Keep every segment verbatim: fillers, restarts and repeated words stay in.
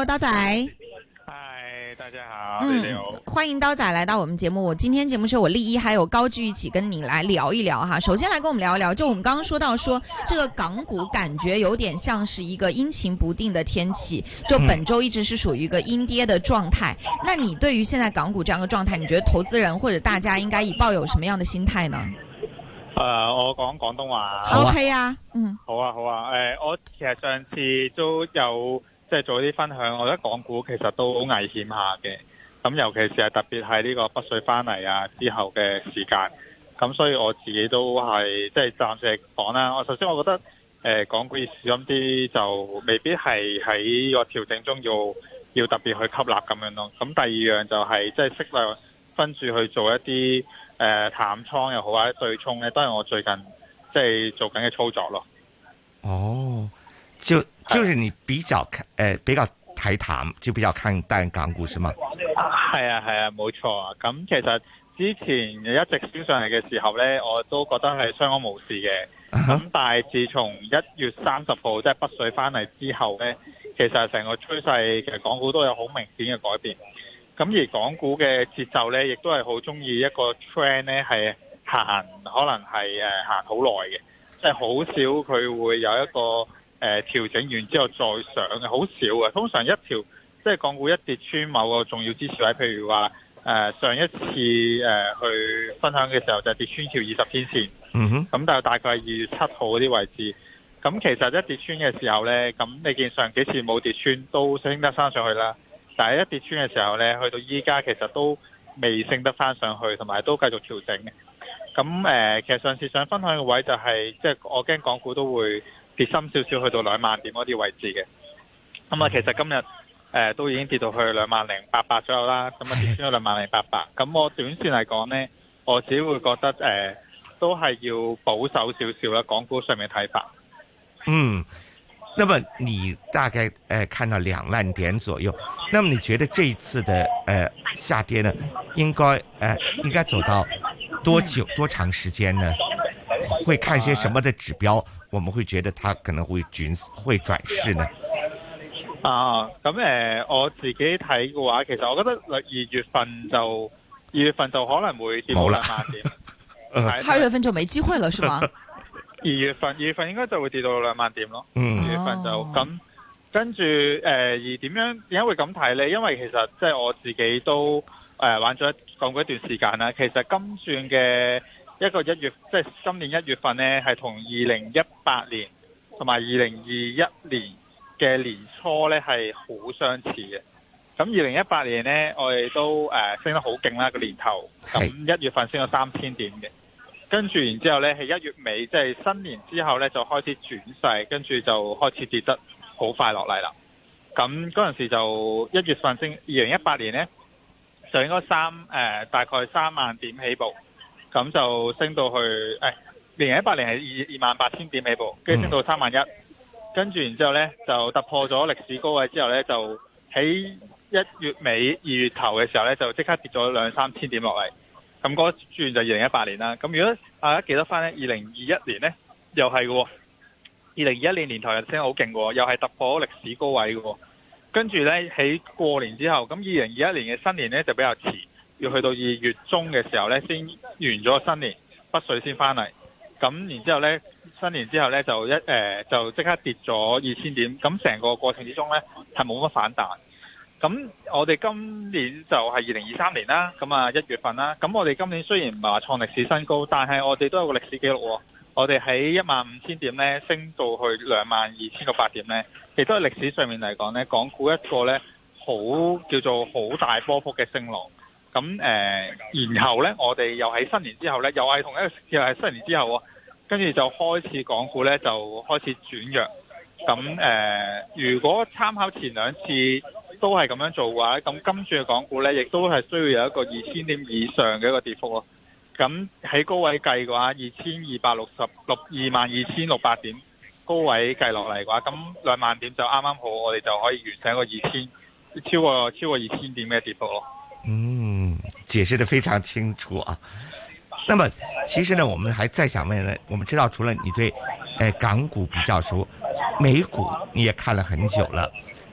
Hello， 刀仔。 嗨，大家好， 嗯， 你好， 欢迎刀仔来到我们节目。今天节目是我立一还有高居一起跟你来聊一聊哈。首先来跟我们聊一聊，就我们刚刚说到说这个港股感觉有点像是一个阴晴不定的天气，就本周一直是属于一个阴跌的状态。嗯、那你对于现在港股这样的状态，你觉得投资人或者大家应该以抱有什么样的心态呢？ 誒、呃，我講廣東話。 O K 啊，嗯， 好啊，好啊。誒、呃，我其實上次都有即係做啲分享，我覺得港股其實都好危險下嘅。咁尤其是係特別係呢個北水翻嚟啊之後嘅時間。咁所以我自己都係即係暫時講啦。我首先我覺得誒、呃、港股要小心啲，就未必係喺個調整中要要特別去吸納咁樣咯。咁第二樣就係即係適量分住去做一啲誒、呃、淡倉又好或者對沖咧，都係我最近即係做緊嘅操作咯。 哦，就就是你比較看誒、呃、比較睇淡，就比較看淡港股是嗎？ 係啊係啊，冇錯啊。咁其實之前一直升上嚟嘅時候咧，我都覺得係相安無事嘅。咁、uh-huh. 但係自從一月三十號即係北水翻嚟之後咧，其實成個趨勢其實港股都有好明顯嘅改變。咁而港股嘅節奏咧，亦都係好中意一個 trend 咧，係行可能係誒行好耐嘅，即係好少佢會有一個誒、呃、調整完之後再上嘅，好少嘅。通常一條即係港股一跌穿某個重要支持位，譬如話誒、呃、上一次誒、呃、去分享嘅時候就跌穿條二十天線，嗯哼，咁但係大概係二月七號嗰啲位置。咁其實一跌穿嘅時候咧，咁你見上幾次冇跌穿都升得翻上去啦。但係一跌穿嘅時候咧，去到依家其實都未升得翻上去，同埋都繼續調整嘅。咁誒、呃，其實上次想分享嘅位就係、是，即、就、係、是、我驚港股都會跌深少少，去到兩萬點嗰啲位置嘅。咁啊，其實今日誒、呃、都已經跌到去兩萬零八百左右啦。咁啊，跌穿咗兩萬零八百。咁我短線嚟講咧，我自己會覺得誒、呃、都係要保守少少啦。港股上面睇法。 嗯。那麼你大概呃看到兩萬點左右，那麼你覺得這一次的呃下跌呢，應該呃應該走到多久多長時間呢？會看些什麼的指標，我們會覺得它可能會轉會轉勢呢？ 啊，咁誒、呃、我自己睇嘅話，其實我覺得二月份就二月份就可能會跌到兩萬點， 二月份就沒機會了，是嗎？ 二月份，二月份應該就會跌到兩萬點咯。嗯，二月份就咁，跟住誒，而點樣點解會咁睇呢？因為其實即係我自己都誒、呃、玩咗講過一段時間啦。其實今轉嘅一個一月，即係今年一月份呢，係同二零一八年同埋二零二一年嘅年初呢係好相似嘅。咁二零一八年呢，我哋都誒、呃、升得好勁啦個年頭，咁一月份升咗三千點嘅。跟住然之後呢，係一月尾，即係新年之後呢，就開始轉勢，跟住就開始跌得好快落嚟啦。咁嗰陣時就一月份升，二零一八年呢，就應該三誒、呃、大概三萬點起步，咁就升到去誒二零一八年係二二萬八千點起步，跟住升到三萬一，跟住然之後呢，就突破咗歷史高位之後呢，就喺一月尾二月頭嘅時候呢，就即刻跌咗兩三千點落嚟。咁嗰轉就二零一八年啦。咁如果大家記得翻呢，二零二一年呢又係嘅。二零二一年年頭又升得好勁嘅，又係突破歷史高位嘅。跟住呢，喺過年之後，咁二零二一年嘅新年呢就比較遲，要去到二月中嘅時候呢先完咗新年，北水先翻嚟。咁然之後呢，新年之後呢就一誒、呃、就即刻跌咗二千點。咁成個過程之中呢係冇乜反彈。咁我哋今年就係二零二三年啦，咁啊一月份啦。咁我哋今年雖然唔係話創歷史新高，但係我哋都有個歷史記錄喎。我哋喺一萬五千點咧，升到去兩萬二千六百點咧，亦都係歷史上面嚟講咧，港股一個咧好叫做好大波幅嘅升浪。咁誒、呃，然後咧我哋又喺新年之後咧，又係同一個又係新年之後喎，跟住就開始港股咧就開始轉弱。咁誒、呃，如果參考前兩次都係咁樣做嘅話，咁今次嘅港股咧，亦都係需要有一個二千點以上嘅一個跌幅咯。咁喺高位計嘅話，二千二百六十六二萬二千六百點高位計落嚟嘅話，咁兩萬點就啱啱好，我哋就可以完成一個二千超過超過二千點嘅跌幅咯。 嗯，解釋得非常清楚啊。那麼其實呢，我們還再想問呢，我們知道除了你對誒、呃、港股比較熟，美股你也看了很久了。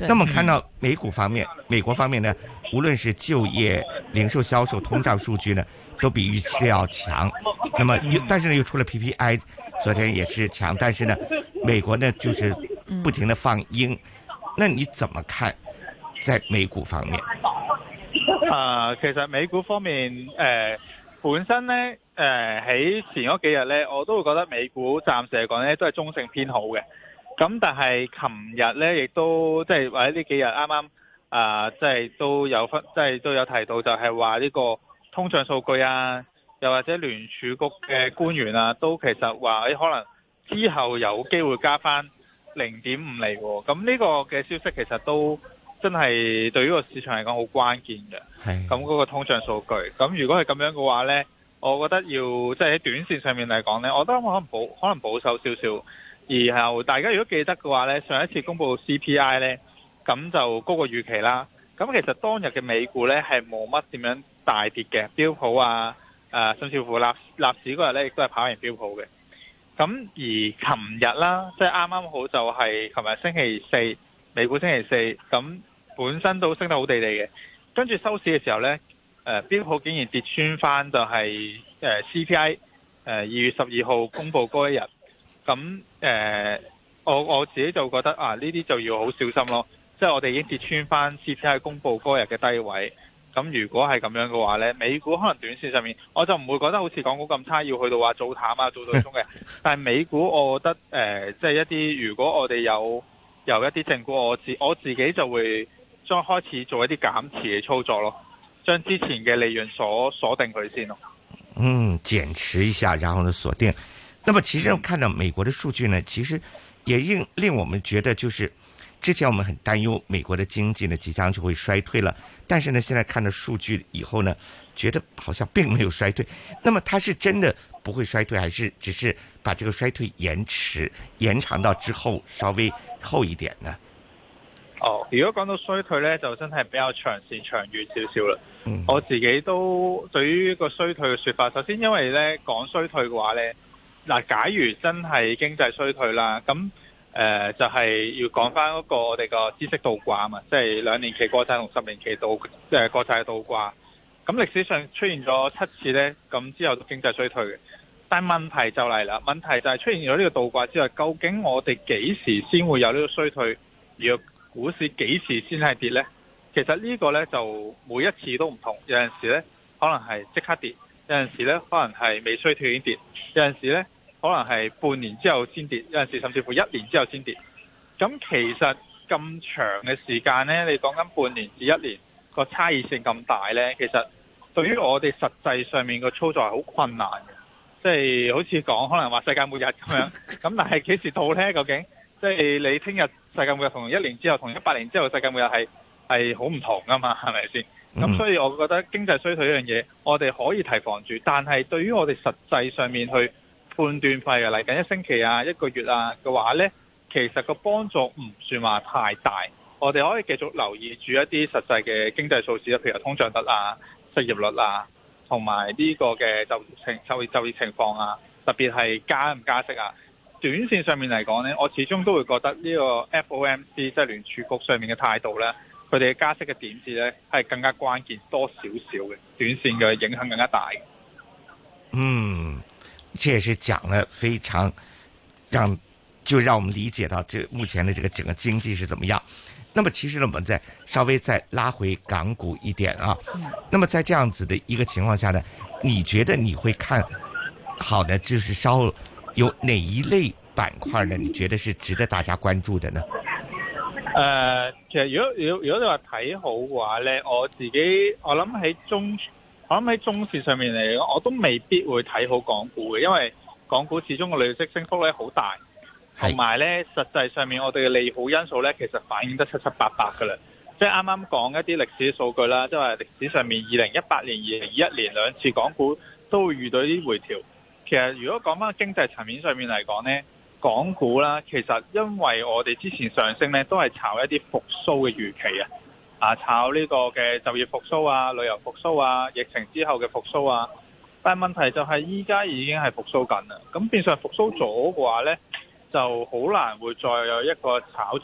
那麼看到美股方面，美國方面呢，無論是就業、零售銷售、通脹數據呢，都比預期要強。那麼又，但是呢，又出了 P P I， 昨天也是強，但是呢，美國呢就是不停的放鷹。那你怎麼看在美股方面？ 啊、呃，其實美股方面，誒、呃、本身呢，誒、呃、喺前嗰幾日呢，我都會覺得美股暫時嚟講呢，都係中性偏好嘅。咁但係琴日呢，亦都即係或者呢幾日啱啱啊，即係都有分，即係都有提到，就係話呢個通脹數據啊，又或者聯儲局嘅官員啊，都其實話誒可能之後有機會加翻零點五厘喎。咁呢個嘅消息其實都真係對於個市場嚟講好關鍵嘅。係。咁嗰個通脹數據，咁如果係咁樣嘅話呢，我覺得要即係喺短線上面嚟講呢，我覺得可能保可能保守少少。然後大家如果記得嘅話呢，上一次公布 C P I 呢，咁就高過預期啦。咁其實當日嘅美股呢係冇乜點樣大跌嘅，標普啊，誒、呃、甚至乎納納指嗰日呢亦都係跑贏標普嘅。咁而琴日啦，即係啱啱好就係琴日星期四，美股星期四，咁本身都升得好地地嘅。跟住收市嘅時候呢，誒、呃、標普竟然跌穿翻就係誒 C P I，誒二月十二號公布嗰一日。咁誒、呃，我我自己就覺得啊，呢啲就要好小心咯。即係我哋已經跌穿翻 C P I 公布嗰日嘅低位。咁如果係咁樣嘅話呢，美股可能短線上面，我就唔會覺得好似港股咁差，要去到話做淡啊、做對沖嘅。但係美股，我覺得誒，即、呃、係、就是、一啲如果我哋有有一啲正股，我自我自己就會將開始做一啲減持嘅操作咯，將之前嘅利潤鎖鎖定佢先咯。 嗯，減持一下，然後呢鎖定。那麼其實我看到美國的數據呢，其實也令令我們覺得，就是之前我們很擔憂美國的經濟呢即將就會衰退了，但是呢現在看到數據以後呢，覺得好像並沒有衰退。那麼它是真的不會衰退，還是只是把這個衰退延遲延長到之後稍微後一點呢？ 哦，如果講到衰退呢，就真係比較長線長遠少少啦。嗯，我自己都對於個衰退嘅說法，首先因為呢講衰退嘅話呢。嗱，假如真係經濟衰退啦，咁誒、呃、就係、是、要講翻嗰個我哋個孳息倒掛啊嘛，即係兩年期國債同十年期倒即係國債嘅倒掛。咁歷史上出現咗七次呢，咁之後都經濟衰退嘅。但係問題就嚟啦，問題就係出現咗呢個倒掛之後，究竟我哋幾時先會有呢個衰退？而個股市幾時先係跌呢？其實呢個呢，就每一次都唔同，有陣時呢，可能係即刻跌。有陣時咧，可能係未衰退已經跌；有陣時咧，可能係半年之後先跌；有陣時甚至乎一年之後先跌。咁其實咁長嘅時間咧，你講緊半年至一年個差異性咁大咧，其實對於我哋實際上面個操作係好困難嘅。即係好似講可能話世界末日咁樣，咁但係幾時到咧？究竟即係你聽日世界末日同一年之後，同一百年之後世界末日係係好唔同噶嘛？係咪先？咁、嗯、所以我覺得經濟衰退呢樣嘢，我哋可以提防住，但係對於我哋實際上面去判斷費啊，嚟緊一星期啊、一個月啊嘅話呢，其實個幫助唔算話太大。我哋可以繼續留意住一啲實際嘅經濟數字，譬如通脹率啊、失業率啊，同埋呢個嘅就情就業就業情況啊，特別係加唔加息啊。短線上面嚟講呢，我始終都會覺得呢個 F O M C 即係聯儲局上面嘅態度呢，佢哋嘅加息嘅點子呢，係更加關鍵多少少嘅，短線嘅影響更加大。 嗯，這也是講了非常讓就讓我們理解到這目前的這個整個經濟是怎麼樣。那麼其實呢，我們再稍微再拉回港股一點啊。那麼在這樣子的一個情況下呢，你覺得你會看好的就是稍後有哪一類板塊呢？你覺得是值得大家關注的呢？ 誒、呃，其實如果如果如果你話睇好嘅話咧，我自己我諗喺中我諗喺中線上面嚟講，我都未必會睇好港股嘅，因為港股始終個累積升幅咧好大，同埋咧實際上面我哋嘅利好因素咧，其實反映得七七八八噶啦。即係啱啱講一啲歷史數據啦，即係話歷史上面二零一八年、二零二一年兩次港股都會遇到啲回調。其實如果講翻經濟層面上面嚟講咧，港股啦，其實因為我哋之前上升咧，都係炒一啲復甦嘅預期啊，啊炒呢個嘅就業復甦啊、旅遊復甦啊、疫情之後嘅復甦啊。但係問題就係依家已經係復甦緊啦，咁變相復甦咗嘅話咧，就好難會再有一個炒作，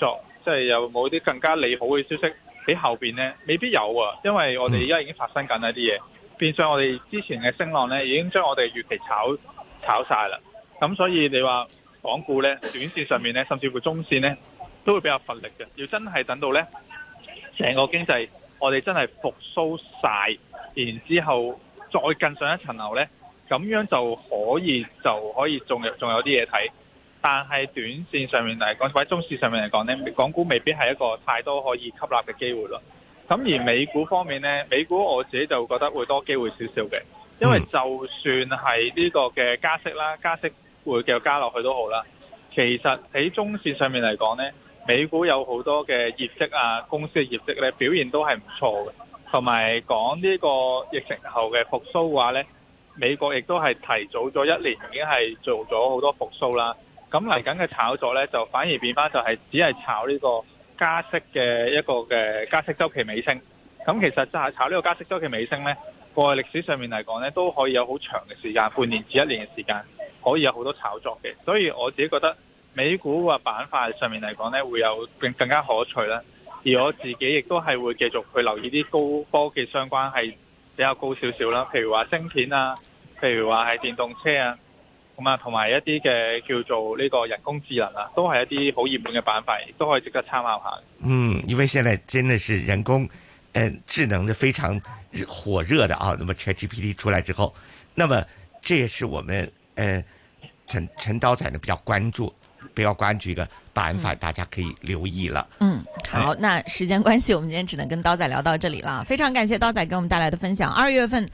即係有冇啲更加利好嘅消息喺後邊呢？未必有啊，因為我哋而家已經發生緊一啲嘢，變相我哋之前嘅升浪呢已經將我哋預期炒炒晒啦。咁所以你話港股呢，短線上面呢，甚至乎中線呢，都會比較乏力嘅。要真係等到呢成個經濟我哋真係復甦晒，然之後再更上一層樓呢，咁樣就可以就可以仲有仲有啲嘢睇。但係短線上面嚟講，或者中線上面嚟講呢，港股未必係一個太多可以吸納嘅機會咯。咁而美股方面呢，美股我自己就覺得會多機會少少嘅，因為就算係呢個嘅加息啦，加息會繼續加落去都好啦。其實喺中線上面嚟講呢，美股有好多嘅業績啊，公司嘅業績呢表現都係唔錯嘅，同埋講呢個疫情後嘅復甦嘅話呢，美國亦都係提早咗一年已經係做咗好多復甦啦。咁嚟緊嘅炒作呢，就反而變翻就係只係炒呢個加息嘅一個嘅加息週期尾聲。咁其實就係炒呢個加息週期尾聲呢，過去歷史上面嚟講呢，都可以有好長嘅時間，半年至一年嘅時間，可以有好多炒作嘅。所以我自己覺得美股嘅板塊上面嚟講呢，會有更更加可取啦。而我自己亦都係會繼續去留意啲高科技相關係比較高少少啦，譬如話晶片啊，譬如話係電動車啊。咁啊，同埋一啲嘅叫做呢個人工智能啊，都係一啲好熱門嘅板塊，都可以值得參考下。 嗯，因為現在真的是人工，呃，智能的非常火熱的啊。那麼 ChatGPT 出來之後，那麼這也是我們呃陳陳刀仔呢比較關注、比較關注一個板塊，大家可以留意了。 嗯，好，那時間關係，我們今天只能跟刀仔聊到這裡了。非常感謝刀仔給我們帶來的分享。二月份